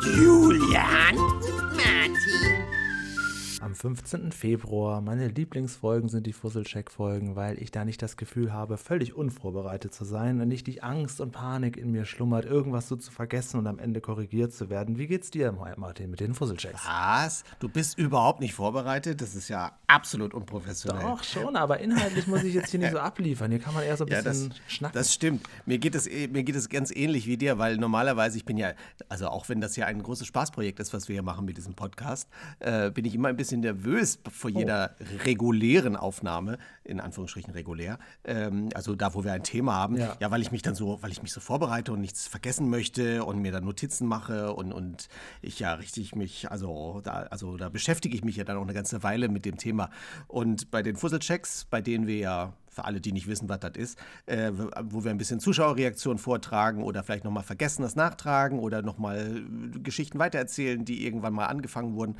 Julian, Martin. Am 15. Februar, meine Lieblingsfolgen sind die Fusselcheck-Folgen, weil ich da nicht das Gefühl habe, völlig unvorbereitet zu sein und nicht die Angst und Panik in mir schlummert, irgendwas so zu vergessen und am Ende korrigiert zu werden. Wie geht's dir, Martin, mit den Fusselchecks? Was? Du bist überhaupt nicht vorbereitet? Das ist ja absolut unprofessionell. Doch, schon, aber inhaltlich muss ich jetzt hier nicht so abliefern. Hier kann man eher so ein bisschen schnacken. Das stimmt. Mir geht es ganz ähnlich wie dir, weil normalerweise, ich bin ja, also auch wenn das ja ein großes Spaßprojekt ist, was wir hier machen mit diesem Podcast, bin ich immer ein bisschen nervös vor jeder regulären Aufnahme, in Anführungsstrichen regulär, also da, wo wir ein Thema haben, weil ich mich so vorbereite und nichts vergessen möchte und mir dann Notizen mache und ich ja richtig da beschäftige ich mich ja dann auch eine ganze Weile mit dem Thema. Und bei den Fusselchecks, bei denen wir ja, für alle, die nicht wissen, was das ist, wo wir ein bisschen Zuschauerreaktionen vortragen oder vielleicht nochmal Vergessenes nachtragen oder nochmal Geschichten weitererzählen, die irgendwann mal angefangen wurden.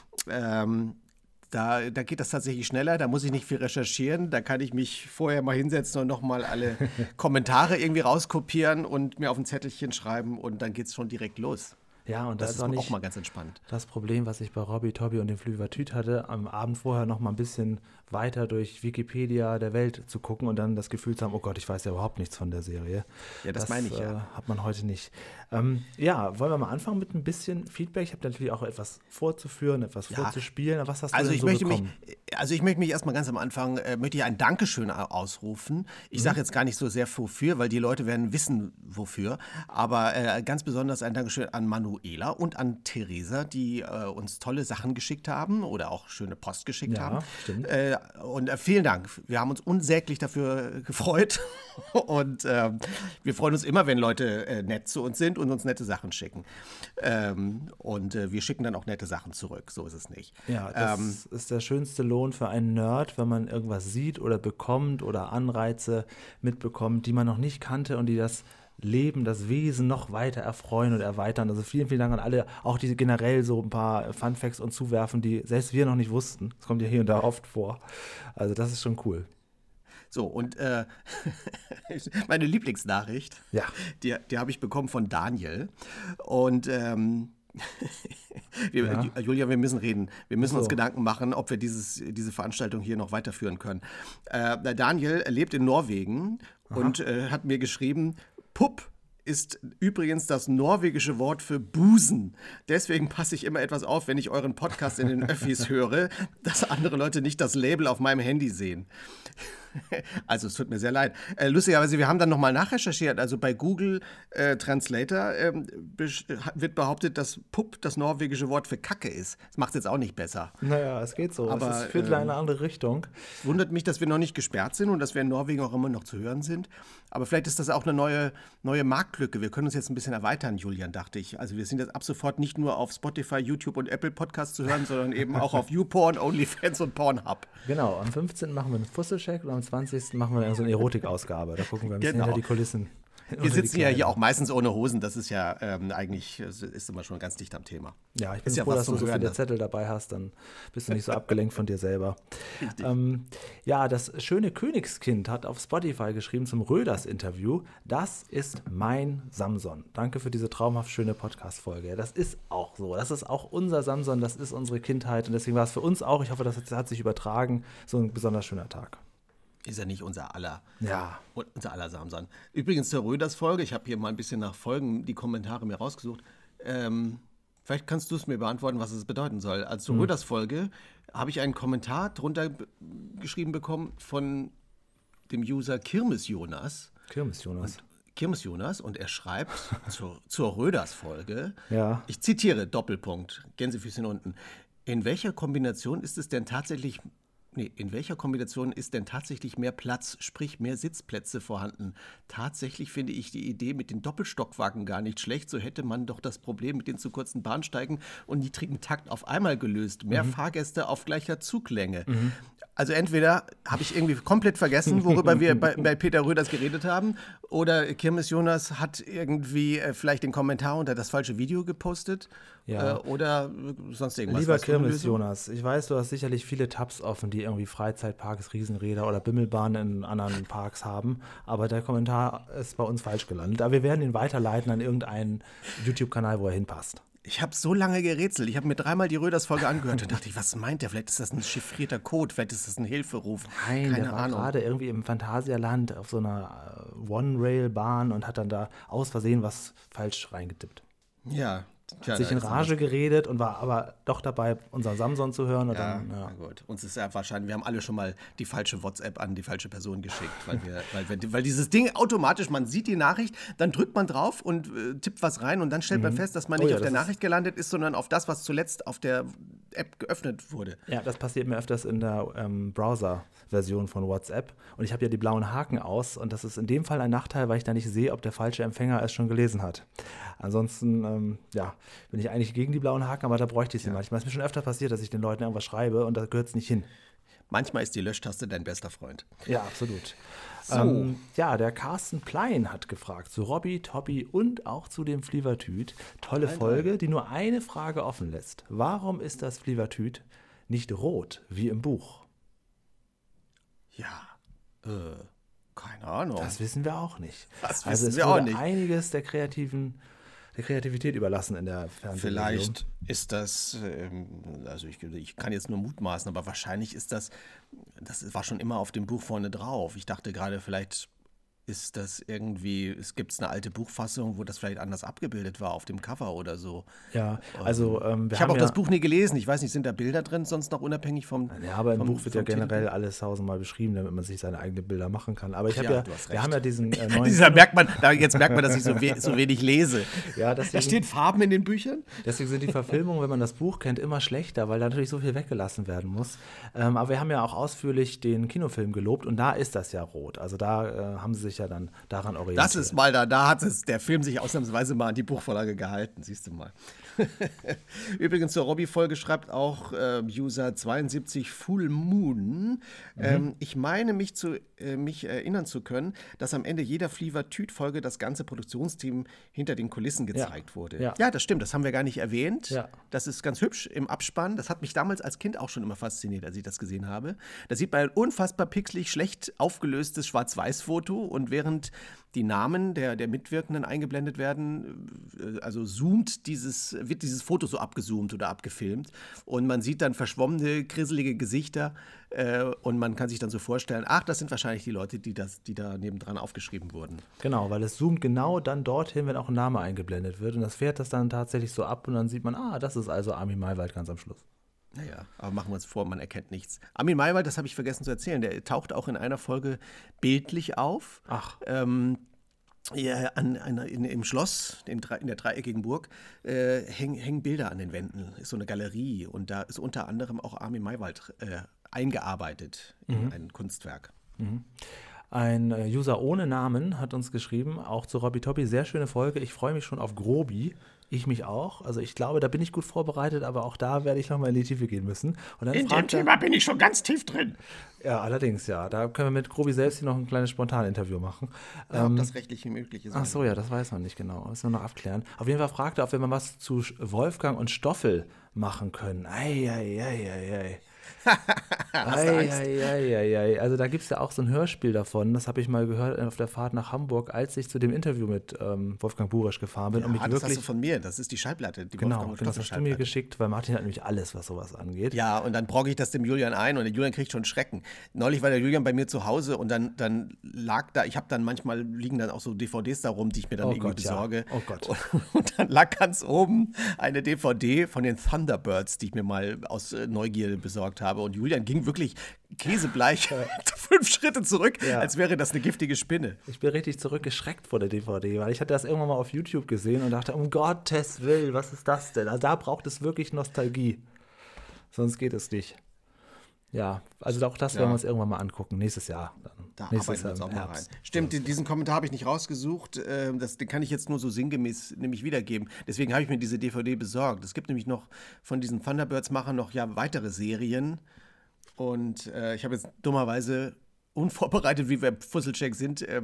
Da geht das tatsächlich schneller, da muss ich nicht viel recherchieren, da kann ich mich vorher mal hinsetzen und nochmal alle Kommentare irgendwie rauskopieren und mir auf ein Zettelchen schreiben und dann geht es schon direkt los. Ja, und das ist auch mal ganz entspannt. Das Problem, was ich bei Robby, Tobby und dem Flüvertüt hatte, am Abend vorher noch mal ein bisschen weiter durch Wikipedia der Welt zu gucken und dann das Gefühl zu haben, oh Gott, ich weiß ja überhaupt nichts von der Serie. Ja, das meine ich ja. Hat man heute nicht. Wollen wir mal anfangen mit ein bisschen Feedback? Ich habe natürlich auch etwas vorzuführen, etwas vorzuspielen. Was hast du denn so bekommen? Ich möchte mich erstmal ganz am Anfang, ein Dankeschön ausrufen. Ich sage jetzt gar nicht so sehr wofür, weil die Leute werden wissen, wofür. Aber ganz besonders ein Dankeschön an Manuela und an Theresa, die uns tolle Sachen geschickt haben oder auch schöne Post geschickt haben. Stimmt. Und vielen Dank. Wir haben uns unsäglich dafür gefreut. Und wir freuen uns immer, wenn Leute nett zu uns sind und uns nette Sachen schicken. Wir schicken dann auch nette Sachen zurück. So ist es nicht. Ja, das ist der schönste Lohn für einen Nerd, wenn man irgendwas sieht oder bekommt oder Anreize mitbekommt, die man noch nicht kannte und die das Leben, das Wesen noch weiter erfreuen und erweitern. Also vielen, vielen Dank an alle, auch die generell so ein paar Funfacts und zuwerfen, die selbst wir noch nicht wussten. Das kommt ja hier und da oft vor. Also das ist schon cool. So, und meine Lieblingsnachricht, die habe ich bekommen von Daniel. Und Julia, wir müssen reden. Wir müssen uns Gedanken machen, ob wir diese Veranstaltung hier noch weiterführen können. Daniel lebt in Norwegen und hat mir geschrieben, Pupp ist übrigens das norwegische Wort für Busen. Deswegen passe ich immer etwas auf, wenn ich euren Podcast in den Öffis höre, dass andere Leute nicht das Label auf meinem Handy sehen. Also es tut mir sehr leid. Lustigerweise, wir haben dann nochmal nachrecherchiert. Also bei Google Translator wird behauptet, dass Pupp das norwegische Wort für Kacke ist. Das macht es jetzt auch nicht besser. Naja, es geht so. Aber es führt in eine andere Richtung. Es wundert mich, dass wir noch nicht gesperrt sind und dass wir in Norwegen auch immer noch zu hören sind. Aber vielleicht ist das auch eine neue Marktlücke. Wir können uns jetzt ein bisschen erweitern, Julian, dachte ich. Also wir sind jetzt ab sofort nicht nur auf Spotify, YouTube und Apple Podcasts zu hören, sondern eben auch auf YouPorn, OnlyFans und Pornhub. Genau, am 15. machen wir einen Fusselcheck und am 20. machen wir so eine Erotikausgabe. Da gucken wir ein bisschen hinter die Kulissen. Wir sitzen ja hier auch meistens ohne Hosen. Das ist ja eigentlich, ist immer schon ganz dicht am Thema. Ja, ich bin froh, dass du so viele Zettel dabei hast. Dann bist du nicht so abgelenkt von dir selber. Das schöne Königskind hat auf Spotify geschrieben zum Röders-Interview. Das ist mein Samson. Danke für diese traumhaft schöne Podcast-Folge. Das ist auch so. Das ist auch unser Samson. Das ist unsere Kindheit. Und deswegen war es für uns auch, ich hoffe, das hat sich übertragen, so ein besonders schöner Tag. Ist ja nicht unser aller. Ja. Unser aller Samson. Übrigens zur Röders-Folge, ich habe hier mal ein bisschen nach Folgen die Kommentare mir rausgesucht. Vielleicht kannst du es mir beantworten, was es bedeuten soll. Also zur Röders-Folge habe ich einen Kommentar drunter geschrieben bekommen von dem User Kirmes-Jonas. Kirmes-Jonas und er schreibt zur Röders-Folge, ich zitiere, Doppelpunkt, Gänsefüßchen unten, in welcher Kombination ist denn tatsächlich mehr Platz, sprich mehr Sitzplätze vorhanden? Tatsächlich finde ich die Idee mit den Doppelstockwagen gar nicht schlecht. So hätte man doch das Problem mit den zu kurzen Bahnsteigen und niedrigen Takt auf einmal gelöst. Mehr Fahrgäste auf gleicher Zuglänge. Also entweder habe ich irgendwie komplett vergessen, worüber wir bei Peter Röders geredet haben, oder Kirmes Jonas hat irgendwie vielleicht den Kommentar unter das falsche Video gepostet. Oder sonst irgendwas. Lieber Kirmes Jonas, ich weiß, du hast sicherlich viele Tabs offen, die irgendwie Freizeitparks, Riesenräder oder Bimmelbahnen in anderen Parks haben, aber der Kommentar ist bei uns falsch gelandet. Aber wir werden ihn weiterleiten an irgendeinen YouTube-Kanal, wo er hinpasst. Ich habe so lange gerätselt. Ich habe mir 3-mal die Röders-Folge angehört und dachte ich, was meint der? Vielleicht ist das ein chiffrierter Code, vielleicht ist das ein Hilferuf. Nein, der war gerade irgendwie im Phantasialand auf so einer One-Rail-Bahn und hat dann da aus Versehen was falsch reingetippt. Ja. Hat sich in Rage geredet und war aber doch dabei, unseren Samson zu hören. Und dann, na gut. Uns ist ja wahrscheinlich, wir haben alle schon mal die falsche WhatsApp an die falsche Person geschickt, weil dieses Ding automatisch, man sieht die Nachricht, dann drückt man drauf und tippt was rein und dann stellt man fest, dass man nicht auf der Nachricht gelandet ist, sondern auf das, was zuletzt auf der App geöffnet wurde. Ja, das passiert mir öfters in der Browser-Version von WhatsApp und ich habe ja die blauen Haken aus und das ist in dem Fall ein Nachteil, weil ich da nicht sehe, ob der falsche Empfänger es schon gelesen hat. Ansonsten, bin ich eigentlich gegen die blauen Haken, aber da bräuchte ich sie manchmal. Es ist mir schon öfter passiert, dass ich den Leuten irgendwas schreibe und da gehört es nicht hin. Manchmal ist die Löschtaste dein bester Freund. Ja, absolut. So. Der Carsten Plein hat gefragt zu Robby, Toppi und auch zu dem Flievertüt. Tolle Folge, die nur eine Frage offen lässt. Warum ist das Flievertüt nicht rot, wie im Buch? Ja, keine Ahnung. Das wissen wir auch nicht. Das wissen wir auch nicht. Einiges der Kreativität überlassen in der Fernsehversion. Vielleicht ist das, also ich kann jetzt nur mutmaßen, aber wahrscheinlich ist das war schon immer auf dem Buch vorne drauf. Ich dachte gerade, vielleicht ist das irgendwie, es gibt eine alte Buchfassung, wo das vielleicht anders abgebildet war auf dem Cover oder so. Ja, also ich habe auch das Buch nie gelesen. Ich weiß nicht, sind da Bilder drin, sonst noch unabhängig vom Ja, aber im Buch wird ja generell alles tausendmal beschrieben, damit man sich seine eigenen Bilder machen kann. Aber wir haben ja diesen neuen... Jetzt merkt man, dass ich so wenig lese. Ja, deswegen, da stehen Farben in den Büchern. Deswegen sind die Verfilmungen, wenn man das Buch kennt, immer schlechter, weil da natürlich so viel weggelassen werden muss. Aber wir haben ja auch ausführlich den Kinofilm gelobt und da ist das ja rot. Also da haben sie sich ja dann daran orientiert. Das ist mal, da hat der Film sich ausnahmsweise mal an die Buchvorlage gehalten, siehst du mal. Übrigens zur Robby-Folge schreibt auch User 72 Full Moon. Ich meine, mich erinnern zu können, dass am Ende jeder Fliever-Tüt-Folge das ganze Produktionsteam hinter den Kulissen gezeigt wurde. Ja, das stimmt, das haben wir gar nicht erwähnt. Ja. Das ist ganz hübsch im Abspann. Das hat mich damals als Kind auch schon immer fasziniert, als ich das gesehen habe. Da sieht man ein unfassbar pixelig, schlecht aufgelöstes Schwarz-Weiß-Foto und während die Namen der Mitwirkenden eingeblendet werden, also wird dieses Foto so abgezoomt oder abgefilmt und man sieht dann verschwommene, krisselige Gesichter und man kann sich dann so vorstellen, ach, das sind wahrscheinlich die Leute, die da nebendran aufgeschrieben wurden. Genau, weil es zoomt genau dann dorthin, wenn auch ein Name eingeblendet wird und das fährt das dann tatsächlich so ab und dann sieht man, das ist also Armin Maywald ganz am Schluss. Naja, aber machen wir uns vor, man erkennt nichts. Armin Maywald, das habe ich vergessen zu erzählen, der taucht auch in einer Folge bildlich auf. Ach. Im Schloss, in der dreieckigen Burg, hängen Bilder an den Wänden. Ist so eine Galerie und da ist unter anderem auch Armin Maywald eingearbeitet in ein Kunstwerk. Mhm. Ein User ohne Namen hat uns geschrieben, auch zu Robby Toppi, sehr schöne Folge. Ich freue mich schon auf Grobi. Ich mich auch. Also ich glaube, da bin ich gut vorbereitet, aber auch da werde ich nochmal in die Tiefe gehen müssen. Und dann in dem Thema bin ich schon ganz tief drin. Ja, allerdings, ja. Da können wir mit Grobi selbst hier noch ein kleines Spontaninterview machen. Ob das rechtlich möglich ist. Ach so, ja, das weiß man nicht genau. Das müssen wir noch abklären. Auf jeden Fall fragt er, ob wir mal was zu Wolfgang und Stoffel machen können. Ei. Also da gibt es ja auch so ein Hörspiel davon, das habe ich mal gehört auf der Fahrt nach Hamburg, als ich zu dem Interview mit Wolfgang Burisch gefahren bin. Ja, und mich das hast du von mir, das ist die Schallplatte. Die genau, das hast du mir geschickt, weil Martin hat nämlich alles, was sowas angeht. Ja, und dann brocke ich das dem Julian ein und der Julian kriegt schon Schrecken. Neulich war der Julian bei mir zu Hause und dann lag da, manchmal liegen dann auch so DVDs da rum, die ich mir dann besorge. Ja. Oh Gott. Und dann lag ganz oben eine DVD von den Thunderbirds, die ich mir mal aus Neugierde besorgt habe. Und Julian ging wirklich käsebleich 5 Schritte zurück, als wäre das eine giftige Spinne. Ich bin richtig zurückgeschreckt vor der DVD, weil ich hatte das irgendwann mal auf YouTube gesehen und dachte, um Gottes Willen, was ist das denn? Also da braucht es wirklich Nostalgie. Sonst geht es nicht. Ja, also auch das werden wir uns irgendwann mal angucken, nächstes Jahr. Da arbeiten wir uns auch mal rein. Stimmt, diesen Kommentar habe ich nicht rausgesucht, den kann ich jetzt nur so sinngemäß nämlich wiedergeben. Deswegen habe ich mir diese DVD besorgt. Es gibt nämlich noch von diesen Thunderbirds-Machern noch weitere Serien und ich habe jetzt dummerweise unvorbereitet, wie wir Fusselcheck sind,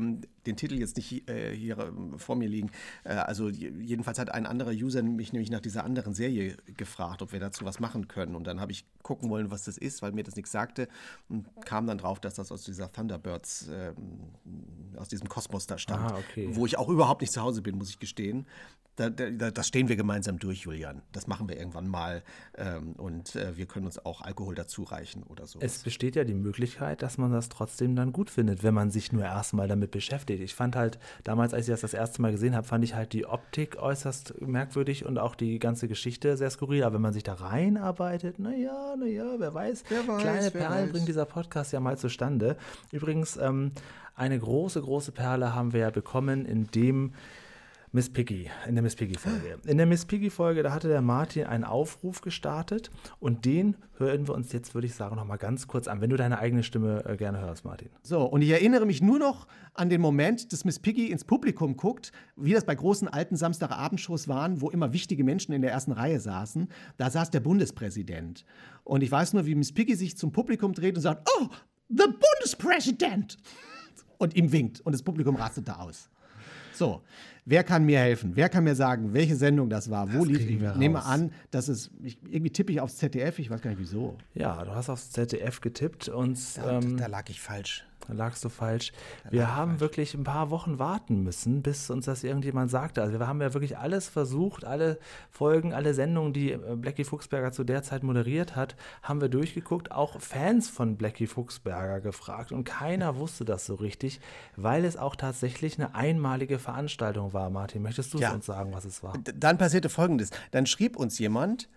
den Titel jetzt nicht hier vor mir liegen. Also jedenfalls hat ein anderer User mich nämlich nach dieser anderen Serie gefragt, ob wir dazu was machen können. Und dann habe ich gucken wollen, was das ist, weil mir das nichts sagte. Und kam dann drauf, dass das aus dieser Thunderbirds, aus diesem Kosmos da stammt. Okay. Wo ich auch überhaupt nicht zu Hause bin, muss ich gestehen. Das stehen wir gemeinsam durch, Julian. Das machen wir irgendwann mal. Und wir können uns auch Alkohol dazu reichen oder so. Es besteht ja die Möglichkeit, dass man das trotzdem dann gut findet, wenn man sich nur erstmal damit beschäftigt. Ich fand halt, damals, als ich das erste Mal gesehen habe, fand ich halt die Optik äußerst merkwürdig und auch die ganze Geschichte sehr skurril. Aber wenn man sich da reinarbeitet, naja, wer weiß. Kleine Perlen bringt dieser Podcast ja mal zustande. Übrigens, eine große Perle haben wir ja bekommen, in der Miss Piggy-Folge. In der Miss Piggy-Folge, da hatte der Martin einen Aufruf gestartet und den hören wir uns jetzt, würde ich sagen, noch mal ganz kurz an, wenn du deine eigene Stimme gerne hörst, Martin. So, und ich erinnere mich nur noch an den Moment, dass Miss Piggy ins Publikum guckt, wie das bei großen alten Samstagabendshows waren, wo immer wichtige Menschen in der ersten Reihe saßen. Da saß der Bundespräsident. Und ich weiß nur, wie Miss Piggy sich zum Publikum dreht und sagt, oh, the Bundespräsident! Und ihm winkt und das Publikum rastet da aus. So, wer kann mir helfen? Wer kann mir sagen, welche Sendung das war? Wo lief? Ich nehme an, dass es, irgendwie tippe ich aufs ZDF, ich weiß gar nicht wieso. Ja, du hast aufs ZDF getippt und da lag ich falsch. Da lagst du falsch. Wir haben wirklich ein paar Wochen warten müssen, bis uns das irgendjemand sagte. Also wir haben ja wirklich alles versucht, alle Folgen, alle Sendungen, die Blackie Fuchsberger zu der Zeit moderiert hat, haben wir durchgeguckt. Auch Fans von Blackie Fuchsberger gefragt und keiner wusste das so richtig, weil es auch tatsächlich eine einmalige Veranstaltung war. Martin, möchtest du uns sagen, was es war? Dann passierte Folgendes. Dann schrieb uns jemand,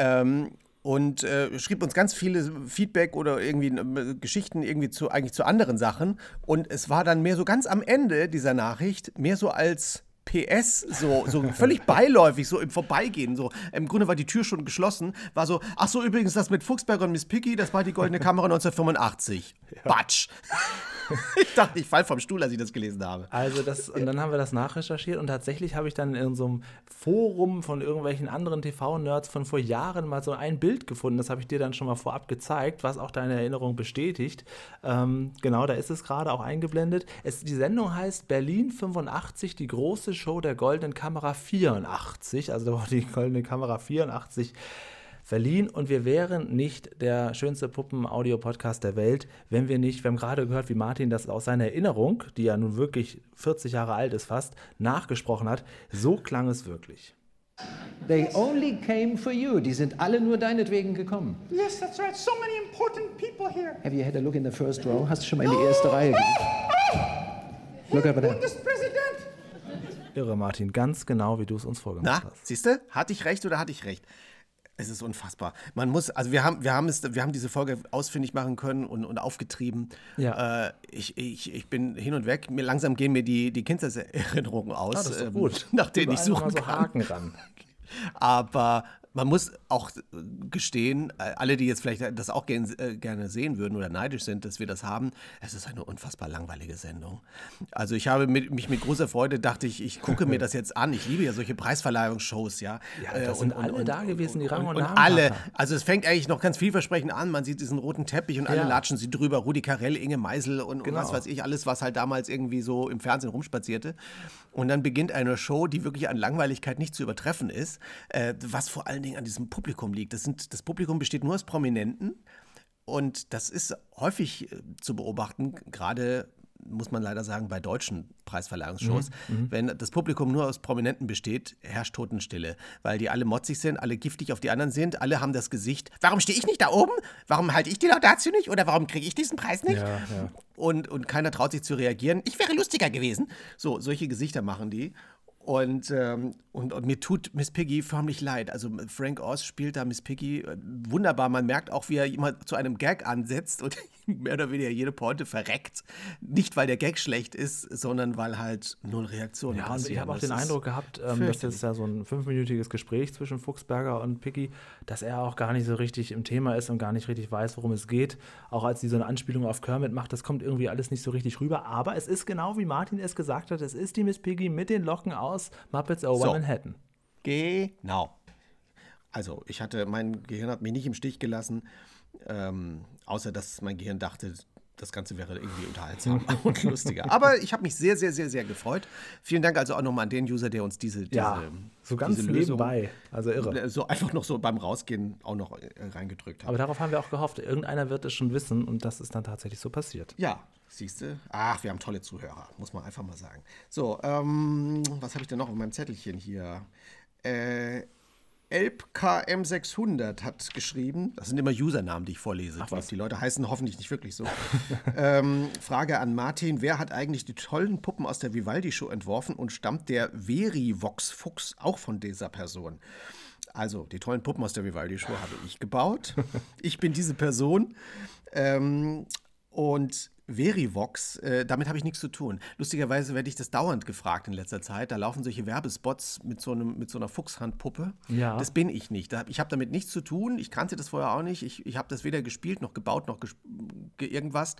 und schrieb uns ganz viele Feedback oder irgendwie Geschichten irgendwie zu anderen Sachen. Und es war dann mehr so ganz am Ende dieser Nachricht, mehr so als PS, so völlig beiläufig, so im Vorbeigehen. So. Im Grunde war die Tür schon geschlossen. War so, ach so, übrigens, das mit Fuchsberger und Miss Piggy, das war die Goldene Kamera 1985. Ja. Batsch. Ich dachte, ich fall vom Stuhl, als ich das gelesen habe. Also und dann haben wir das nachrecherchiert und tatsächlich habe ich dann in so einem Forum von irgendwelchen anderen TV-Nerds von vor Jahren mal so ein Bild gefunden. Das habe ich dir dann schon mal vorab gezeigt, was auch deine Erinnerung bestätigt. Genau, da ist es gerade auch eingeblendet. Die Sendung heißt Berlin 85, die große Show der Goldenen Kamera 84. Also da war die Goldene Kamera 84 verliehen und wir wären nicht der schönste Puppen-Audio-Podcast der Welt, wir haben gerade gehört, wie Martin das aus seiner Erinnerung, die ja nun wirklich 40 Jahre alt ist fast, nachgesprochen hat. So klang es wirklich. They only came for you. Die sind alle nur deinetwegen gekommen. Yes, that's right. So many important people here. Have you had a look in the first row? Hast du schon mal in die erste Reihe geguckt? Look over there. Bundespräsident! Irre, Martin, ganz genau, wie du es uns vorgemacht hast. Siehst du? Hatte ich recht oder hatte ich recht? Es ist unfassbar. Man muss, also wir haben diese Folge ausfindig machen können und aufgetrieben. Ja. Ich bin hin und weg. Langsam gehen mir die Kindheitserinnerungen aus, das ist doch gut. nach denen ich suchen so kann. Haken ran. Aber man muss auch gestehen, alle, die jetzt vielleicht das auch gerne sehen würden oder neidisch sind, dass wir das haben, es ist eine unfassbar langweilige Sendung. Also ich habe mich mit großer Freude, dachte ich gucke mir das jetzt an. Ich liebe ja solche Preisverleihungsshows, ja. Das sind alle da gewesen, die Rang und Namen alle. hatten. Also es fängt eigentlich noch ganz vielversprechend an. Man sieht diesen roten Teppich und alle latschen sie drüber. Rudi Carrell, Inge Meisel und was weiß ich, alles, was halt damals irgendwie so im Fernsehen rumspazierte. Und dann beginnt eine Show, die wirklich an Langweiligkeit nicht zu übertreffen ist, was vor allen Dingen an diesem Publikum liegt. Das Publikum besteht nur aus Prominenten und das ist häufig zu beobachten, gerade muss man leider sagen, bei deutschen Preisverleihungsshows. Wenn das Publikum nur aus Prominenten besteht, herrscht Totenstille, weil die alle motzig sind, alle giftig auf die anderen sind, alle haben das Gesicht, warum stehe ich nicht da oben? Warum halte ich die Laudatio nicht? Oder warum kriege ich diesen Preis nicht? Ja. Und keiner traut sich zu reagieren. Ich wäre lustiger gewesen. So, solche Gesichter machen die. Und mir tut Miss Piggy förmlich leid. Also Frank Oz spielt da Miss Piggy wunderbar. Man merkt auch, wie er immer zu einem Gag ansetzt und mehr oder weniger jede Pointe verreckt. Nicht, weil der Gag schlecht ist, sondern weil halt null Reaktionen passieren. Und ich habe auch das den Eindruck gehabt, dass das ja so ein 5-minütiges Gespräch zwischen Fuchsberger und Piggy, dass er auch gar nicht so richtig im Thema ist und gar nicht richtig weiß, worum es geht. Auch als die so eine Anspielung auf Kermit macht, das kommt irgendwie alles nicht so richtig rüber. Aber es ist genau, wie Martin es gesagt hat, es ist die Miss Piggy mit den Locken aus Muppets Over Manhattan. Genau. Also mein Gehirn hat mich nicht im Stich gelassen, außer dass mein Gehirn dachte, das Ganze wäre irgendwie unterhaltsamer und lustiger. Aber ich habe mich sehr, sehr, sehr, sehr gefreut. Vielen Dank also auch nochmal an den User, der uns diese so ganz diese nebenbei, also irre. So einfach noch so beim Rausgehen auch noch reingedrückt hat. Aber darauf haben wir auch gehofft. Irgendeiner wird es schon wissen und das ist dann tatsächlich so passiert. Ja, siehst du? Ach, wir haben tolle Zuhörer, muss man einfach mal sagen. So, was habe ich denn noch auf meinem Zettelchen hier? ElpKM600 hat geschrieben, das sind immer Usernamen, die ich vorlese. Die Leute heißen hoffentlich nicht wirklich so. Frage an Martin, wer hat eigentlich die tollen Puppen aus der Vivaldi-Show entworfen und stammt der Verivox-Fuchs auch von dieser Person? Also, die tollen Puppen aus der Vivaldi-Show habe ich gebaut. Ich bin diese Person. Und Verivox, damit habe ich nichts zu tun. Lustigerweise werde ich das dauernd gefragt in letzter Zeit. Da laufen solche Werbespots mit so einer Fuchshandpuppe. Ja. Das bin ich nicht. Ich habe damit nichts zu tun. Ich kannte das vorher auch nicht. Ich habe das weder gespielt, noch gebaut, noch irgendwas.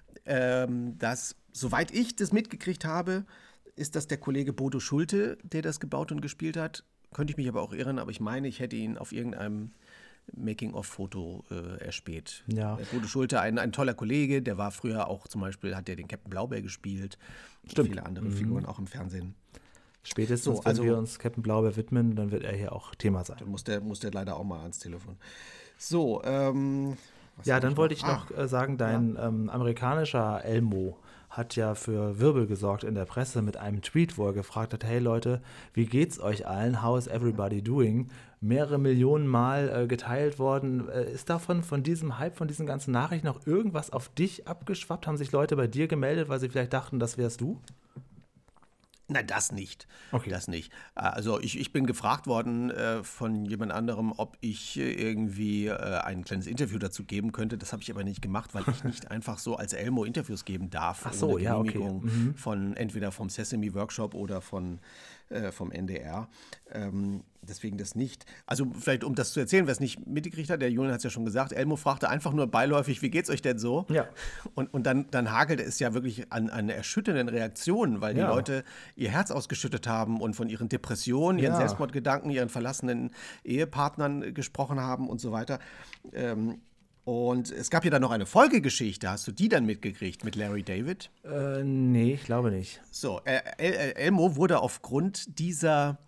Soweit ich das mitgekriegt habe, ist das der Kollege Bodo Schulte, der das gebaut und gespielt hat. Könnte ich mich aber auch irren, aber ich meine, ich hätte ihn auf irgendeinem Making-of-Foto erspäht. Ja. Bodo Schulte, ein toller Kollege, der war früher auch zum Beispiel, hat der den Captain Blaubeer gespielt. Stimmt. Viele andere Figuren auch im Fernsehen. Spätestens, wenn wir uns Captain Blaubeer widmen, dann wird er hier auch Thema sein. Dann muss der leider auch mal ans Telefon. So, dann wollte ich noch sagen, dein amerikanischer Elmo hat ja für Wirbel gesorgt in der Presse mit einem Tweet, wo er gefragt hat, hey Leute, wie geht's euch allen? How is everybody doing? Mehrere Millionen Mal geteilt worden. Ist davon, von diesem Hype, von diesen ganzen Nachrichten noch irgendwas auf dich abgeschwappt? Haben sich Leute bei dir gemeldet, weil sie vielleicht dachten, das wärst du? Nein, das nicht. Okay. Das nicht. Also ich bin gefragt worden von jemand anderem, ob ich irgendwie ein kleines Interview dazu geben könnte. Das habe ich aber nicht gemacht, weil ich nicht einfach so als Elmo Interviews geben darf. Ach so, ohne Genehmigung okay. Entweder vom Sesame Workshop oder vom NDR. Deswegen das nicht. Also vielleicht, um das zu erzählen, wer es nicht mitgekriegt hat, der Julian hat es ja schon gesagt, Elmo fragte einfach nur beiläufig, wie geht's euch denn so? Ja. Und dann hagelte es ja wirklich an erschütternden Reaktionen, weil die Leute ihr Herz ausgeschüttet haben und von ihren Depressionen, ihren Selbstmordgedanken, ihren verlassenen Ehepartnern gesprochen haben und so weiter. Und es gab ja dann noch eine Folgegeschichte. Hast du die dann mitgekriegt mit Larry David? Nee, ich glaube nicht. So, Elmo wurde aufgrund dieser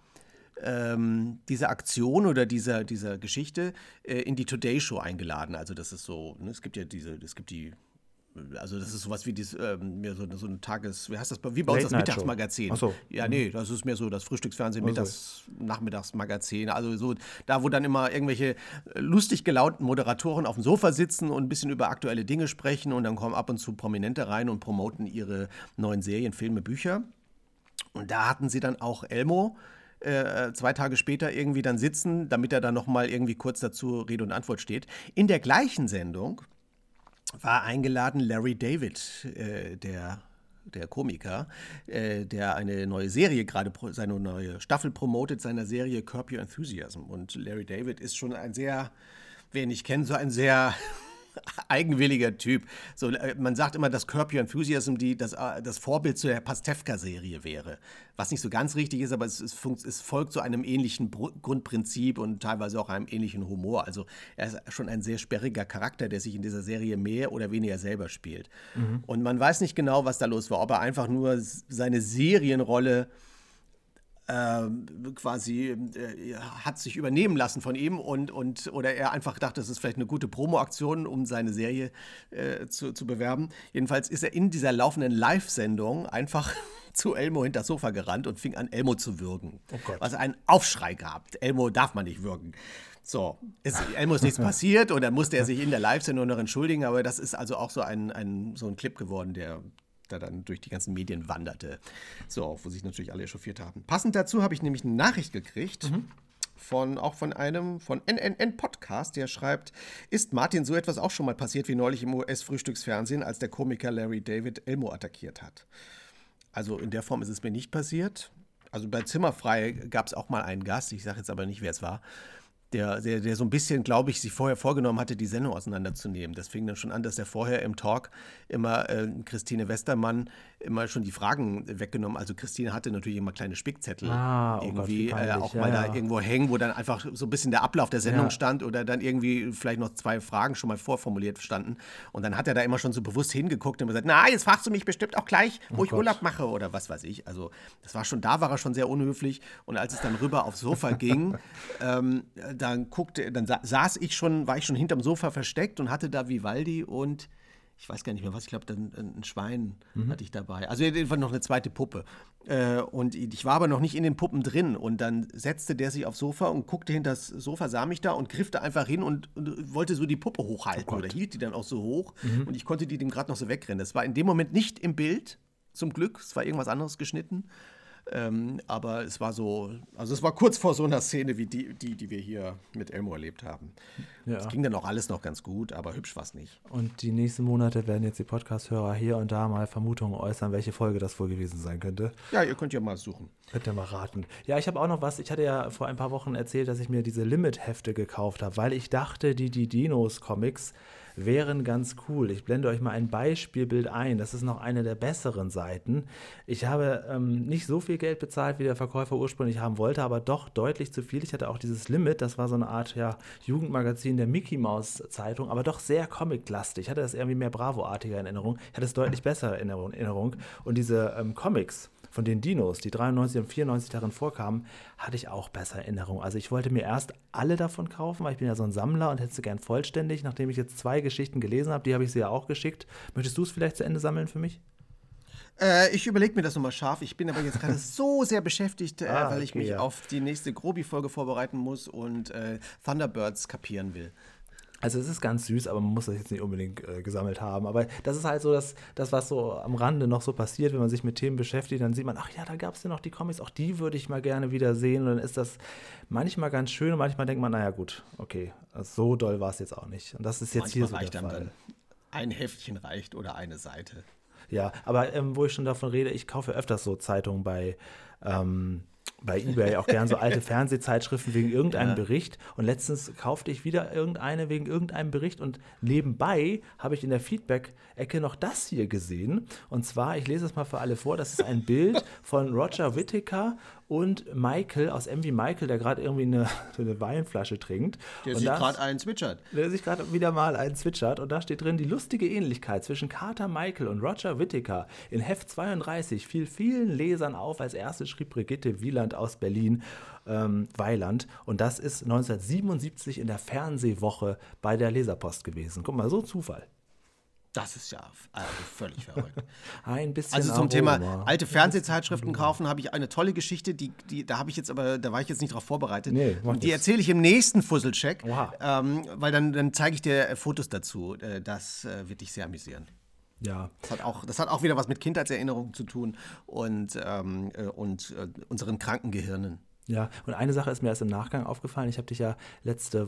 Aktion oder dieser Geschichte in die Today Show eingeladen. Also das ist so, ne, also das ist sowas wie so ein wie heißt das, wie bei uns das Mittagsmagazin. Ach so. Ja, nee, das ist mehr so das Frühstücksfernsehen, Nachmittagsmagazin. Also so, da wo dann immer irgendwelche lustig gelaunten Moderatoren auf dem Sofa sitzen und ein bisschen über aktuelle Dinge sprechen und dann kommen ab und zu Prominente rein und promoten ihre neuen Serien, Filme, Bücher. Und da hatten sie dann auch Elmo 2 Tage später irgendwie dann sitzen, damit er dann nochmal irgendwie kurz dazu Rede und Antwort steht. In der gleichen Sendung war eingeladen Larry David, der Komiker, der eine neue Serie seine neue Staffel promotet, seiner Serie Curb Your Enthusiasm. Und Larry David ist schon wer ihn nicht kennt, so ein sehr eigenwilliger Typ. So, man sagt immer, dass Curb Your Enthusiasm das Vorbild zu der Pastewka-Serie wäre. Was nicht so ganz richtig ist, aber es folgt so einem ähnlichen Grundprinzip und teilweise auch einem ähnlichen Humor. Also er ist schon ein sehr sperriger Charakter, der sich in dieser Serie mehr oder weniger selber spielt. Mhm. Und man weiß nicht genau, was da los war. Ob er einfach nur seine Serienrolle hat sich übernehmen lassen von ihm oder er einfach dachte, das ist vielleicht eine gute Promo-Aktion, um seine Serie zu bewerben. Jedenfalls ist er in dieser laufenden Live-Sendung einfach zu Elmo hinter das Sofa gerannt und fing an, Elmo zu würgen. Oh Gott. Was einen Aufschrei gab. Elmo darf man nicht würgen. So, Elmo ist nichts passiert und dann musste er sich in der Live-Sendung noch entschuldigen, aber das ist also auch so ein Clip geworden, der da dann durch die ganzen Medien wanderte. So, wo sich natürlich alle echauffiert haben. Passend dazu habe ich nämlich eine Nachricht gekriegt von einem NNN-Podcast, der schreibt, ist Martin so etwas auch schon mal passiert wie neulich im US-Frühstücksfernsehen, als der Komiker Larry David Elmo attackiert hat? Also in der Form ist es mir nicht passiert. Also bei Zimmerfrei gab es auch mal einen Gast, ich sage jetzt aber nicht, wer es war. der so ein bisschen, glaube ich, sich vorher vorgenommen hatte, die Sendung auseinanderzunehmen. Das fing dann schon an, dass er vorher im Talk immer Christine Westermann immer schon die Fragen weggenommen. Also Christine hatte natürlich immer kleine Spickzettel irgendwie auch mal da irgendwo hängen, wo dann einfach so ein bisschen der Ablauf der Sendung stand oder dann irgendwie vielleicht noch 2 Fragen schon mal vorformuliert standen. Und dann hat er da immer schon so bewusst hingeguckt und gesagt, na, jetzt fragst du mich bestimmt auch gleich, wo ich Urlaub mache oder was weiß ich. Also das war schon, da war er schon sehr unhöflich. Und als es dann rüber aufs Sofa ging, war ich schon hinterm Sofa versteckt und hatte da Vivaldi und ich weiß gar nicht mehr was, ich glaube, dann ein Schwein hatte ich dabei. Also jedenfalls noch eine zweite Puppe. Und ich war aber noch nicht in den Puppen drin. Und dann setzte der sich aufs Sofa und guckte hinter das Sofa, sah mich da und griff da einfach hin und wollte so die Puppe hochhalten oder hielt die dann auch so hoch. Und ich konnte die dem gerade noch so wegrennen. Das war in dem Moment nicht im Bild, zum Glück. Es war irgendwas anderes geschnitten. Aber es war so, also es war kurz vor so einer Szene wie die wir hier mit Elmo erlebt haben. Es ging dann auch alles noch ganz gut, aber hübsch war es nicht. Und die nächsten Monate werden jetzt die Podcast-Hörer hier und da mal Vermutungen äußern, welche Folge das wohl gewesen sein könnte. Ja, ihr könnt ja mal suchen. Könnt ihr mal raten. Ja, ich habe auch noch was. Ich hatte ja vor ein paar Wochen erzählt, dass ich mir diese Limit-Hefte gekauft habe, weil ich dachte, die Dinos-Comics wären ganz cool. Ich blende euch mal ein Beispielbild ein. Das ist noch eine der besseren Seiten. Ich habe nicht so viel Geld bezahlt, wie der Verkäufer ursprünglich haben wollte, aber doch deutlich zu viel. Ich hatte auch dieses Limit, das war so eine Art Jugendmagazin der Mickey Mouse Zeitung, aber doch sehr comic-lastig. Ich hatte das irgendwie mehr Bravo-artiger in Erinnerung. Ich hatte es deutlich besser in Erinnerung. Und diese Comics von den Dinos, die 93 und 94 darin vorkamen, hatte ich auch besser in Erinnerung. Also ich wollte mir erst alle davon kaufen, weil ich bin ja so ein Sammler und hätte sie gern vollständig. Nachdem ich jetzt 2 Geschichten gelesen habe, die habe ich sie ja auch geschickt. Möchtest du es vielleicht zu Ende sammeln für mich? Ich überlege mir das nochmal scharf. Ich bin aber jetzt gerade so sehr beschäftigt, weil ich mich auf die nächste Grobi-Folge vorbereiten muss und Thunderbirds kapieren will. Also es ist ganz süß, aber man muss das jetzt nicht unbedingt gesammelt haben. Aber das ist halt so, das, was so am Rande noch so passiert, wenn man sich mit Themen beschäftigt, dann sieht man, ach ja, da gab es ja noch die Comics, auch die würde ich mal gerne wieder sehen. Und dann ist das manchmal ganz schön und manchmal denkt man, naja gut, okay, also so doll war es jetzt auch nicht. Und das ist jetzt manchmal hier so der Fall. Dann ein Heftchen reicht oder eine Seite. Ja, aber wo ich schon davon rede, ich kaufe öfters so Zeitungen bei eBay auch gern so alte Fernsehzeitschriften wegen irgendeinem Bericht. Und letztens kaufte ich wieder irgendeine wegen irgendeinem Bericht. Und nebenbei habe ich in der Feedback-Ecke noch das hier gesehen. Und zwar, ich lese es mal für alle vor, das ist ein Bild von Roger Whittaker und Michael aus M wie Michael, der gerade irgendwie eine Weinflasche trinkt. Der sich gerade einen zwitschert. Der sich gerade wieder mal einen zwitschert. Und da steht drin, die lustige Ähnlichkeit zwischen Carter Michael und Roger Whittaker in Heft 32 fiel vielen Lesern auf. Als erste schrieb Brigitte Wieland aus Berlin, Weiland. Und das ist 1977 in der Fernsehwoche bei der Leserpost gewesen. Guck mal, so Zufall. Das ist ja völlig verrückt. Ein bisschen Also zum Thema alte Fernsehzeitschriften kaufen, habe ich eine tolle Geschichte, da war ich jetzt nicht drauf vorbereitet. Nee, die erzähle ich im nächsten Fusselcheck, weil dann zeige ich dir Fotos dazu. Das wird dich sehr amüsieren. Ja. Das hat auch wieder was mit Kindheitserinnerungen zu tun und unseren kranken Gehirnen. Ja, und eine Sache ist mir erst im Nachgang aufgefallen. Ich habe dich ja letzte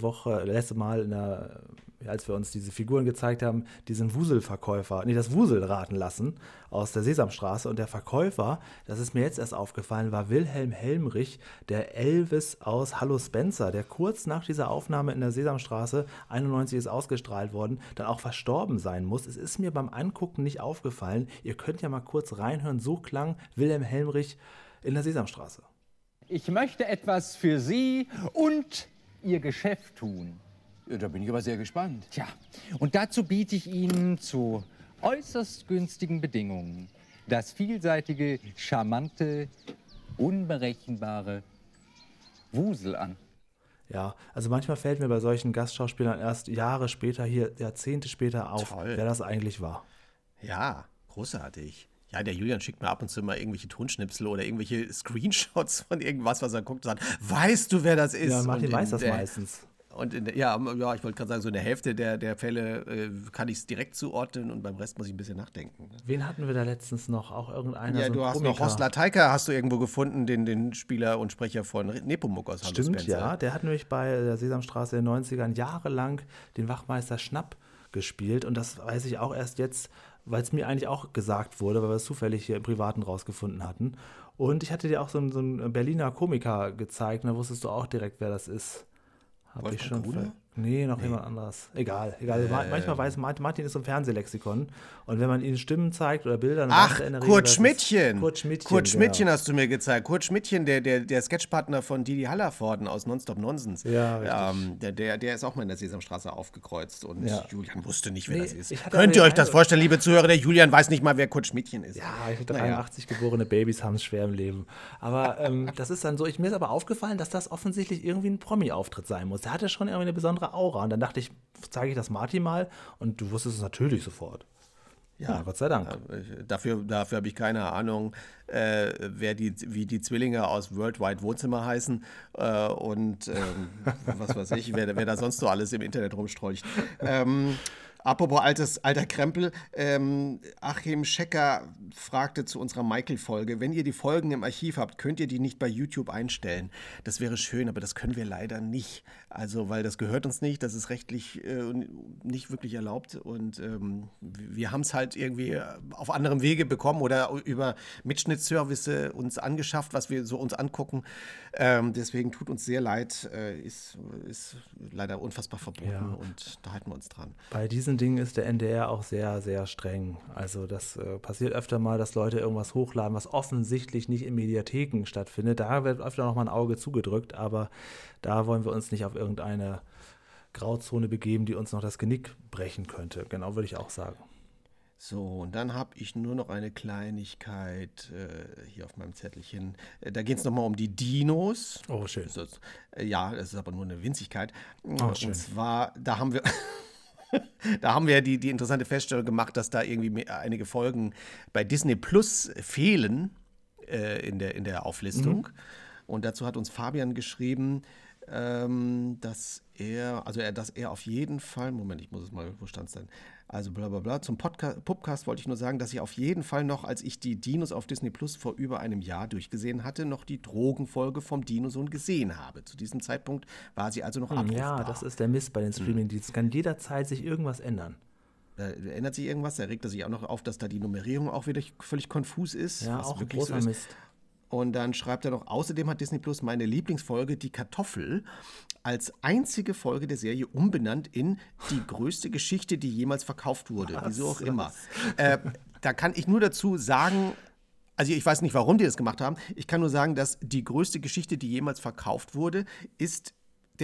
Mal, als wir uns diese Figuren gezeigt haben, das Wusel raten lassen aus der Sesamstraße. Und der Verkäufer, das ist mir jetzt erst aufgefallen, war Wilhelm Helmrich, der Elvis aus Hallo Spencer, der kurz nach dieser Aufnahme in der Sesamstraße, 91 ist ausgestrahlt worden, dann auch verstorben sein muss. Es ist mir beim Angucken nicht aufgefallen. Ihr könnt ja mal kurz reinhören. So klang Wilhelm Helmrich in der Sesamstraße. Ich möchte etwas für Sie und Ihr Geschäft tun. Ja, da bin ich aber sehr gespannt. Tja, und dazu biete ich Ihnen zu äußerst günstigen Bedingungen das vielseitige, charmante, unberechenbare Wusel an. Ja, also manchmal fällt mir bei solchen Gastschauspielern erst Jahre später, Jahrzehnte später auf, wer das eigentlich war. Ja, großartig. Ja, der Julian schickt mir ab und zu mal irgendwelche Tonschnipsel oder irgendwelche Screenshots von irgendwas, was er guckt und sagt, weißt du, wer das ist? Ja, Martin weiß das meistens. Und ich wollte gerade sagen, so in der Hälfte der Fälle kann ich es direkt zuordnen und beim Rest muss ich ein bisschen nachdenken. Wen hatten wir da letztens noch? Auch irgendeiner? Ja, so du hast Komiker. noch Horst Lateika hast du irgendwo gefunden, den Spieler und Sprecher von Nepomuk aus Hallo Stimmt, Spencer. ja. Der hat nämlich bei der Sesamstraße in den 90ern jahrelang den Wachmeister Schnapp gespielt. Und das weiß ich auch erst jetzt, weil es mir eigentlich auch gesagt wurde, weil wir es zufällig hier im Privaten rausgefunden hatten. Und ich hatte dir auch so einen Berliner Komiker gezeigt, und da wusstest du auch direkt, wer das ist. Habe ich schon. Nee, noch jemand anderes. Egal. Manchmal weiß Martin ist so ein Fernsehlexikon. Und wenn man ihnen Stimmen zeigt oder Bilder, dann weiß er in der Regel, Kurt Schmidtchen. Kurt Schmidtchen hast du mir gezeigt. Kurt Schmidtchen, der Sketchpartner von Didi Hallervorden aus Nonstop Nonsens. Ja, richtig. Der ist auch mal in der Sesamstraße aufgekreuzt und Julian wusste nicht, wer das ist. Könnt ihr euch das vorstellen, liebe Zuhörer? Der Julian weiß nicht mal, wer Kurt Schmidtchen ist. Ja, 83 geborene Babys haben es schwer im Leben. Aber das ist dann so, mir ist aber aufgefallen, dass das offensichtlich irgendwie ein Promi-Auftritt sein muss. Der hatte schon irgendwie eine besondere Aura. Und dann dachte ich, zeige ich das Martin mal. Und du wusstest es natürlich sofort. Ja, Gott sei Dank. Dafür habe ich keine Ahnung, wie die Zwillinge aus Worldwide Wohnzimmer heißen und was weiß ich, wer da sonst so alles im Internet rumstrolcht. Apropos alter Krempel, Achim Schecker fragte zu unserer Michael-Folge, wenn ihr die Folgen im Archiv habt, könnt ihr die nicht bei YouTube einstellen? Das wäre schön, aber das können wir leider nicht. Also, weil das gehört uns nicht, das ist rechtlich nicht wirklich erlaubt und wir haben es halt irgendwie auf anderem Wege bekommen oder über Mitschnittservice uns angeschafft, was wir so uns angucken. Deswegen tut uns sehr leid, ist leider unfassbar verboten und da halten wir uns dran. Bei diesen Dingen ist der NDR auch sehr, sehr streng. Also das passiert öfter mal, dass Leute irgendwas hochladen, was offensichtlich nicht in Mediatheken stattfindet. Da wird öfter noch mal ein Auge zugedrückt, aber da wollen wir uns nicht auf irgendeine Grauzone begeben, die uns noch das Genick brechen könnte. Genau, würde ich auch sagen. So, und dann habe ich nur noch eine Kleinigkeit hier auf meinem Zettelchen. Da geht es nochmal um die Dinos. Oh, schön. Das ist aber nur eine Winzigkeit. Oh, schön. Und zwar, da haben wir die interessante Feststellung gemacht, dass da irgendwie einige Folgen bei Disney Plus fehlen in der Auflistung. Und dazu hat uns Fabian geschrieben, dass er auf jeden Fall, Moment, ich muss es mal, wo stand es denn? Also bla bla bla, zum Podcast wollte ich nur sagen, dass ich auf jeden Fall noch, als ich die Dinos auf Disney Plus vor über einem Jahr durchgesehen hatte, noch die Drogenfolge vom Dinosohn gesehen habe. Zu diesem Zeitpunkt war sie also noch abrufbar. Ja, das ist der Mist bei den Streaming-Diensten. Kann jederzeit sich irgendwas ändern. Da ändert sich irgendwas, da regt er sich auch noch auf, dass da die Nummerierung auch wieder völlig konfus ist. Ja, was auch ein wirklich großer so ist. Mist. Und dann schreibt er noch, außerdem hat Disney Plus meine Lieblingsfolge, die Kartoffel, als einzige Folge der Serie umbenannt in die größte Geschichte, die jemals verkauft wurde. Wieso auch immer. Da kann ich nur dazu sagen, also ich weiß nicht, warum die das gemacht haben. Ich kann nur sagen, dass die größte Geschichte, die jemals verkauft wurde, ist die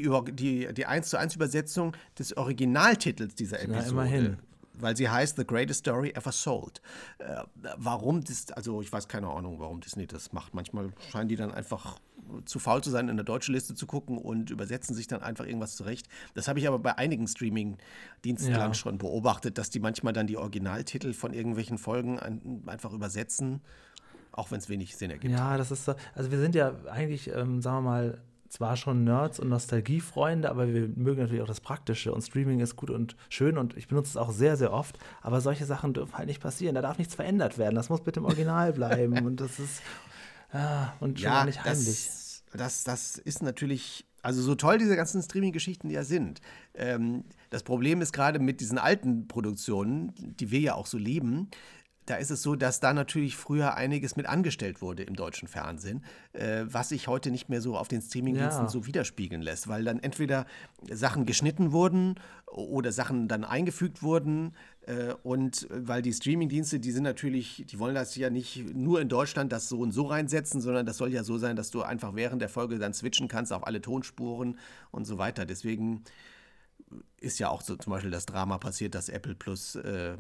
1:1 Übersetzung des Originaltitels dieser Episode. Na, immerhin. Weil sie heißt The Greatest Story Ever Sold. Warum das, also ich weiß keine Ahnung, warum Disney das macht. Manchmal scheinen die dann einfach zu faul zu sein, in der deutschen Liste zu gucken und übersetzen sich dann einfach irgendwas zurecht. Das habe ich aber bei einigen Streaming-Diensten lang schon beobachtet, dass die manchmal dann die Originaltitel von irgendwelchen Folgen einfach übersetzen, auch wenn es wenig Sinn ergibt. Ja, das ist so, also wir sind ja eigentlich, sagen wir mal, zwar schon Nerds und Nostalgiefreunde, aber wir mögen natürlich auch das Praktische und Streaming ist gut und schön und ich benutze es auch sehr, sehr oft, aber solche Sachen dürfen halt nicht passieren, da darf nichts verändert werden, das muss bitte im Original bleiben und das ist und schon gar nicht heimlich. Das ist natürlich, also so toll diese ganzen Streaming-Geschichten ja sind. Das Problem ist gerade mit diesen alten Produktionen, die wir ja auch so lieben, da ist es so, dass da natürlich früher einiges mit angestellt wurde im deutschen Fernsehen, was sich heute nicht mehr so auf den Streamingdiensten so widerspiegeln lässt, weil dann entweder Sachen geschnitten wurden oder Sachen dann eingefügt wurden und weil die Streamingdienste, die wollen das ja nicht nur in Deutschland das so und so reinsetzen, sondern das soll ja so sein, dass du einfach während der Folge dann switchen kannst auf alle Tonspuren und so weiter. Deswegen ist ja auch so zum Beispiel das Drama passiert, dass Apple Plus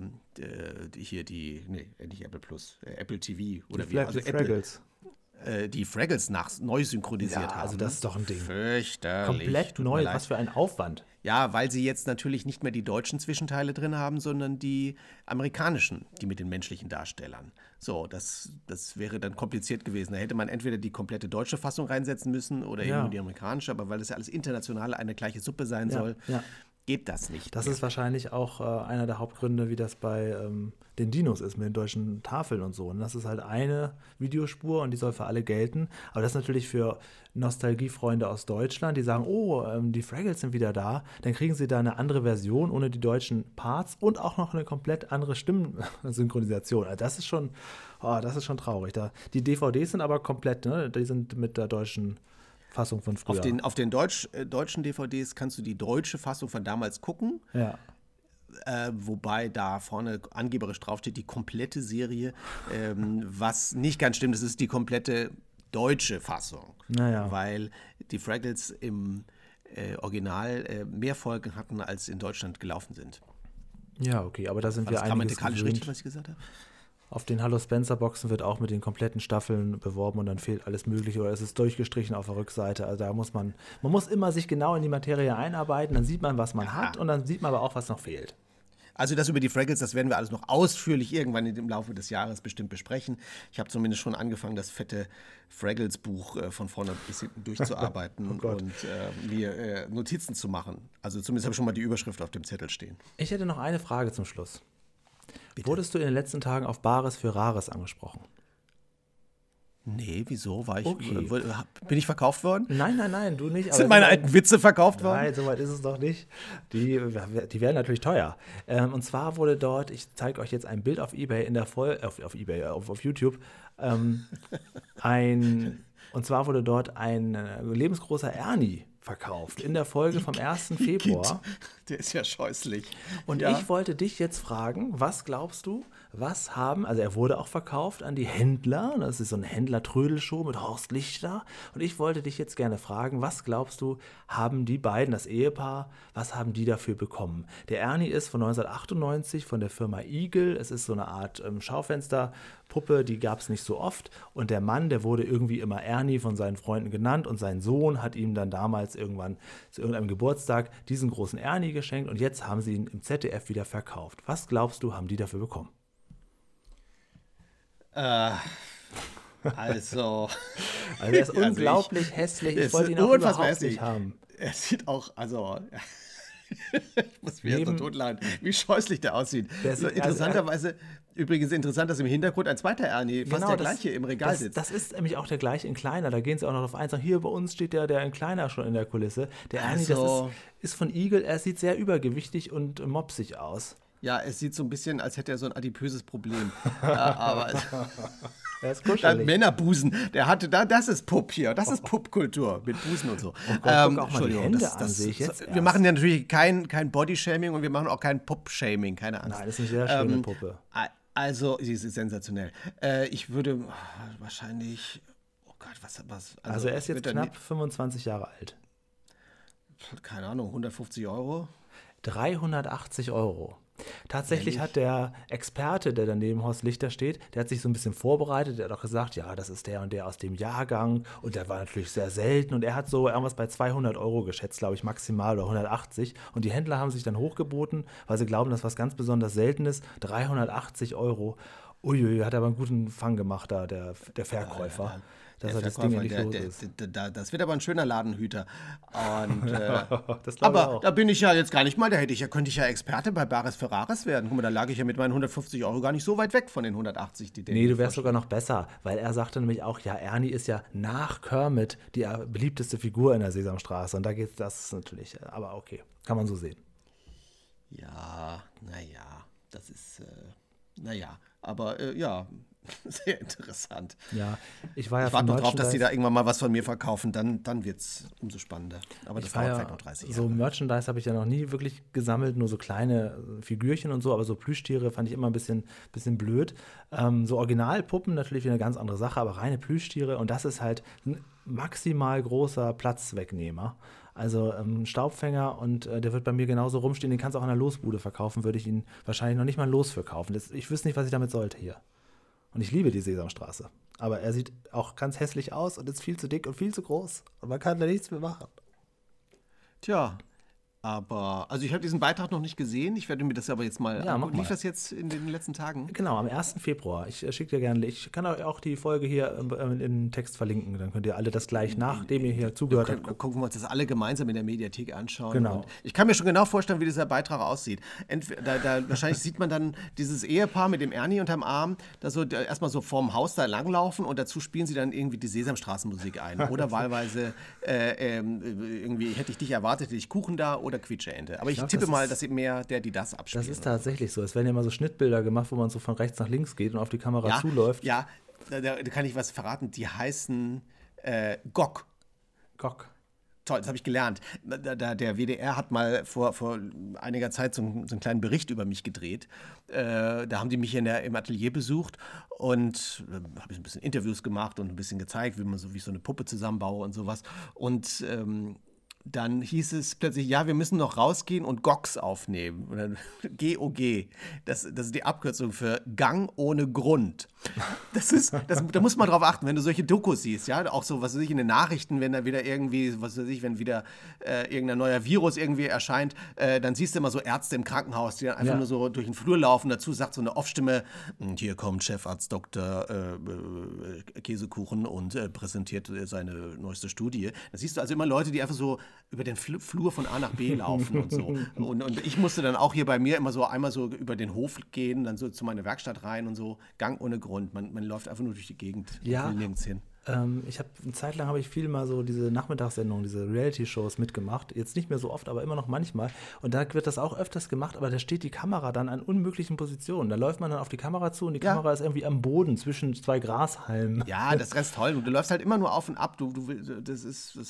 nicht Apple Plus, Apple TV oder die Fraggles. Die Fraggles neu synchronisiert haben. Also das ist doch ein Ding. Fürchterlich. Komplett neu, was für ein Aufwand. Ja, weil sie jetzt natürlich nicht mehr die deutschen Zwischenteile drin haben, sondern die amerikanischen, die mit den menschlichen Darstellern. So, das wäre dann kompliziert gewesen. Da hätte man entweder die komplette deutsche Fassung reinsetzen müssen oder eben nur die amerikanische, aber weil das ja alles international eine gleiche Suppe sein soll, geht das nicht. Das ist wahrscheinlich auch einer der Hauptgründe, wie das bei den Dinos ist, mit den deutschen Tafeln und so. Und das ist halt eine Videospur und die soll für alle gelten. Aber das ist natürlich für Nostalgiefreunde aus Deutschland, die sagen, die Fraggles sind wieder da. Dann kriegen sie da eine andere Version ohne die deutschen Parts und auch noch eine komplett andere Stimmensynchronisation. Also das ist schon traurig. Die DVDs sind aber komplett, ne? Die sind mit der deutschen Fassung von früher. Auf den deutschen DVDs kannst du die deutsche Fassung von damals gucken. Ja. Wobei da vorne angeberisch draufsteht, die komplette Serie, was nicht ganz stimmt, das ist die komplette deutsche Fassung. Naja. Weil die Fraggles im Original mehr Folgen hatten, als in Deutschland gelaufen sind. Ja, okay, aber da sind War wir das einiges grammatikalisch gewöhnt. richtig, was ich gesagt habe? Auf den Hallo Spencer-Boxen wird auch mit den kompletten Staffeln beworben und dann fehlt alles Mögliche oder es ist durchgestrichen auf der Rückseite. Also da muss man muss immer sich genau in die Materie einarbeiten, dann sieht man, was man hat und dann sieht man aber auch, was noch fehlt. Also das über die Fraggles, das werden wir alles noch ausführlich irgendwann im Laufe des Jahres bestimmt besprechen. Ich habe zumindest schon angefangen, das fette Fraggles-Buch von vorne bis hinten durchzuarbeiten und mir Notizen zu machen. Also zumindest habe ich schon mal die Überschrift auf dem Zettel stehen. Ich hätte noch eine Frage zum Schluss. Bitte? Wurdest du in den letzten Tagen auf Bares für Rares angesprochen? Nee, wieso? Okay. Bin ich verkauft worden? Nein, du nicht. Sind meine alten Witze verkauft worden? Nein, soweit ist es doch nicht. Die werden natürlich teuer. Und zwar wurde dort, ich zeige euch jetzt ein Bild auf eBay auf YouTube, und zwar wurde dort ein lebensgroßer Ernie verkauft in der Folge vom 1. Februar. Der ist ja scheußlich. Und ja. Ich wollte dich jetzt fragen, was glaubst du, also er wurde auch verkauft an die Händler, das ist so eine Händler-Trödel-Show mit Horst Lichter. Und ich wollte dich jetzt gerne fragen, was glaubst du, haben die beiden, das Ehepaar, was haben die dafür bekommen? Der Ernie ist von 1998 von der Firma Eagle, es ist so eine Art Schaufensterpuppe, die gab es nicht so oft. Und der Mann, der wurde irgendwie immer Ernie von seinen Freunden genannt und sein Sohn hat ihm dann damals irgendwann zu irgendeinem Geburtstag diesen großen Ernie geschenkt und jetzt haben sie ihn im ZDF wieder verkauft. Was glaubst du, haben die dafür bekommen? Also er ist unglaublich hässlich. Ich wollte ihn auch überhaupt nicht haben. Er sieht auch, ich muss mir jetzt so totladen, wie scheußlich der aussieht. Interessanterweise, übrigens interessant, dass im Hintergrund ein zweiter Ernie, fast der gleiche, im Regal sitzt. Das ist nämlich auch der gleiche in kleiner. Da gehen sie auch noch drauf ein, sagen, hier bei uns steht der in kleiner schon in der Kulisse. Der Ernie, das ist von Eagle, er sieht sehr übergewichtig und mopsig aus. Ja, es sieht so ein bisschen, als hätte er so ein adipöses Problem. Aber er ist kuschelig. Männerbusen, das ist Pupp hier, das ist Puppkultur mit Busen und so. Guck auch mal die Hände an, sehe ich jetzt wir machen ja natürlich kein Body-Shaming und wir machen auch kein Pupp-Shaming, keine Angst. Nein, das ist eine sehr schöne Puppe. Also, sie ist sensationell. Ich würde wahrscheinlich, oh Gott, was also er ist jetzt knapp 25 Jahre alt. Keine Ahnung, 150 €? 380 €. Tatsächlich hat der Experte, der dann neben Horst Lichter steht, der hat sich so ein bisschen vorbereitet, der hat auch gesagt, ja, das ist der und der aus dem Jahrgang und der war natürlich sehr selten und er hat so irgendwas bei 200 € geschätzt, glaube ich, maximal oder 180 und die Händler haben sich dann hochgeboten, weil sie glauben, dass was ganz besonders selten ist, 380 €. Uiui, hat aber einen guten Fang gemacht da, der Verkäufer. Dass er das Ding endlich los ist. Das wird aber ein schöner Ladenhüter. Und, aber da bin ich ja jetzt gar nicht mal, könnte ich ja Experte bei Bares für Rares werden. Guck mal, da lag ich ja mit meinen 150 € gar nicht so weit weg von den 180, die Nee, du wärst sogar noch besser, weil er sagte nämlich auch, ja, Ernie ist ja nach Kermit die beliebteste Figur in der Sesamstraße. Und da geht das natürlich, aber okay, kann man so sehen. Ja, das ist, aber ja, sehr interessant. Ja, ich warte nur drauf, dass die da irgendwann mal was von mir verkaufen, dann wird es umso spannender. Aber das dauert vielleicht noch 30 Jahre. So Merchandise habe ich ja noch nie wirklich gesammelt, nur so kleine Figürchen und so, aber so Plüschtiere fand ich immer ein bisschen blöd. So Originalpuppen natürlich wieder eine ganz andere Sache, aber reine Plüschtiere und das ist halt ein maximal großer Platzwegnehmer. Also Staubfänger und der wird bei mir genauso rumstehen, den kannst du auch in der Losbude verkaufen, würde ich ihn wahrscheinlich noch nicht mal Los verkaufen. Ich wüsste nicht, was ich damit sollte hier. Und ich liebe die Sesamstraße. Aber er sieht auch ganz hässlich aus und ist viel zu dick und viel zu groß. Und man kann da nichts mehr machen. Tja, aber, also ich habe diesen Beitrag noch nicht gesehen. Ich werde mir das aber jetzt mal angucken. Lief das jetzt in den letzten Tagen? Genau, am 1. Februar. Ich schicke dir gerne, ich kann euch auch die Folge hier in Text verlinken. Dann könnt ihr alle das gleich, nachdem ihr hier zugehört habt. Gucken wir uns das alle gemeinsam in der Mediathek anschauen. Genau. Und ich kann mir schon genau vorstellen, wie dieser Beitrag aussieht. Wahrscheinlich sieht man dann dieses Ehepaar mit dem Ernie unterm Arm, da so erstmal so vorm Haus da langlaufen und dazu spielen sie dann irgendwie die Sesamstraßenmusik ein. Oder wahlweise irgendwie hätte ich dich erwartet, hätte ich Kuchen da oder Quietscheente. Aber ich tippe mal, dass sie mehr das abspielen. Das ist tatsächlich so. Es werden ja immer so Schnittbilder gemacht, wo man so von rechts nach links geht und auf die Kamera zuläuft. Ja, da kann ich was verraten. Die heißen GOG. Gok. Toll, das habe ich gelernt. Der WDR hat mal vor einiger Zeit so einen kleinen Bericht über mich gedreht. Da haben die mich im Atelier besucht und habe ich ein bisschen Interviews gemacht und ein bisschen gezeigt, wie ich so eine Puppe zusammenbaue und sowas. Und dann hieß es plötzlich, ja, wir müssen noch rausgehen und GOGs aufnehmen. Und dann GOG. Das ist die Abkürzung für Gang ohne Grund. Da muss man drauf achten, wenn du solche Dokus siehst, ja, auch so, was weiß ich, in den Nachrichten, wenn da wieder irgendwie, was weiß ich, wenn wieder irgendein neuer Virus irgendwie erscheint, dann siehst du immer so Ärzte im Krankenhaus, die dann einfach nur so durch den Flur laufen. Dazu sagt so eine Off-Stimme, hier kommt Chefarzt Dr. Käsekuchen und präsentiert seine neueste Studie. Da siehst du also immer Leute, die einfach so über den Flur von A nach B laufen und so. Und ich musste dann auch hier bei mir immer so einmal so über den Hof gehen, dann so zu meiner Werkstatt rein und so. Gang ohne Grund. Man läuft einfach nur durch die Gegend und will nirgends hin. Eine Zeit lang habe ich viel mal so diese Nachmittagssendungen, diese Reality-Shows mitgemacht. Jetzt nicht mehr so oft, aber immer noch manchmal. Und da wird das auch öfters gemacht, aber da steht die Kamera dann an unmöglichen Positionen. Da läuft man dann auf die Kamera zu und die Kamera ist irgendwie am Boden zwischen zwei Grashalmen. Ja, das ist toll. Du läufst halt immer nur auf und ab. Es ist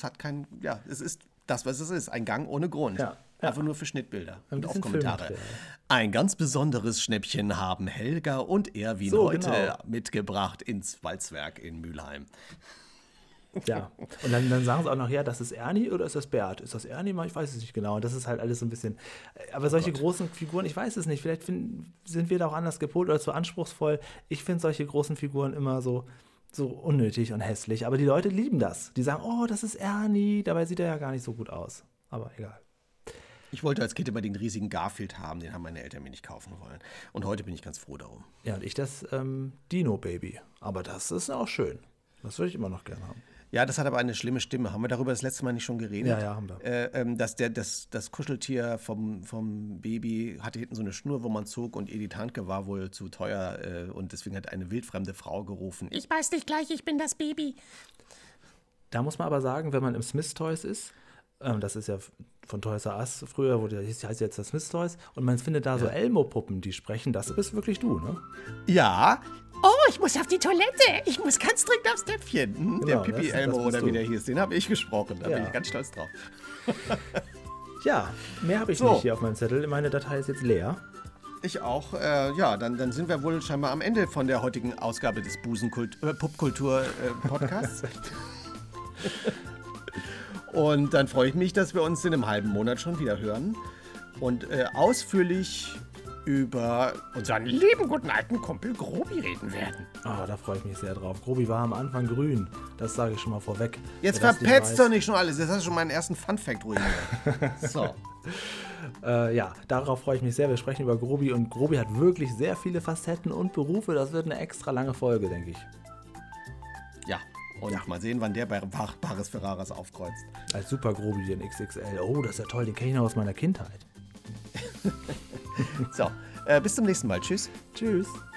das, was es ist. Ein Gang ohne Grund. Ja. Einfach nur für Schnittbilder und auf Kommentare. Ein ganz besonderes Schnäppchen haben Helga und Erwin heute mitgebracht ins Walzwerk in Mülheim. Ja, und dann sagen sie auch noch, ja, das ist Ernie oder ist das Bert? Ist das Ernie? Ich weiß es nicht genau. Und das ist halt alles so ein bisschen. Aber solche großen Figuren, ich weiß es nicht. Vielleicht sind wir da auch anders gepolt oder zu anspruchsvoll. Ich finde solche großen Figuren immer so unnötig und hässlich. Aber die Leute lieben das. Die sagen, oh, das ist Ernie. Dabei sieht er ja gar nicht so gut aus. Aber egal. Ich wollte als Kind immer den riesigen Garfield haben, den haben meine Eltern mir nicht kaufen wollen. Und heute bin ich ganz froh darum. Ja, und ich das Dino-Baby. Aber das ist auch schön. Das würde ich immer noch gerne haben. Ja, das hat aber eine schlimme Stimme. Haben wir darüber das letzte Mal nicht schon geredet? Ja, haben wir. Dass das Kuscheltier vom Baby hatte hinten so eine Schnur, wo man zog und Edith Handke war wohl zu teuer und deswegen hat eine wildfremde Frau gerufen, ich beiß dich gleich, ich bin das Baby. Da muss man aber sagen, wenn man im Smith Toys ist, das ist ja von Toys R Us früher, heißt jetzt das Smith Toys, und man findet da so Elmo-Puppen, die sprechen, das bist wirklich du, ne? Ja. Oh, ich muss auf die Toilette. Ich muss ganz dringend aufs Töpfchen. Genau, der Pipi Elmo oder wie der hieß, den habe ich gesprochen. Da bin ich ganz stolz drauf. Ja, mehr habe ich nicht hier auf meinem Zettel. Meine Datei ist jetzt leer. Ich auch. Dann sind wir wohl scheinbar am Ende von der heutigen Ausgabe des Popkultur-Podcasts. Und dann freue ich mich, dass wir uns in einem halben Monat schon wieder hören und ausführlich über unseren lieben guten alten Kumpel Grobi reden werden. Oh, da freue ich mich sehr drauf. Grobi war am Anfang grün, das sage ich schon mal vorweg. Jetzt verpetzt doch nicht schon alles, jetzt hast du schon meinen ersten Funfact ruiniert. So. Ja, darauf freue ich mich sehr. Wir sprechen über Grobi und Grobi hat wirklich sehr viele Facetten und Berufe. Das wird eine extra lange Folge, denke ich. Ja. Und mal sehen, wann der bei Paris Ferraras aufkreuzt. Als Super Grobi in XXL. Oh, das ist ja toll, den kenne ich noch aus meiner Kindheit. So, bis zum nächsten Mal. Tschüss. Tschüss.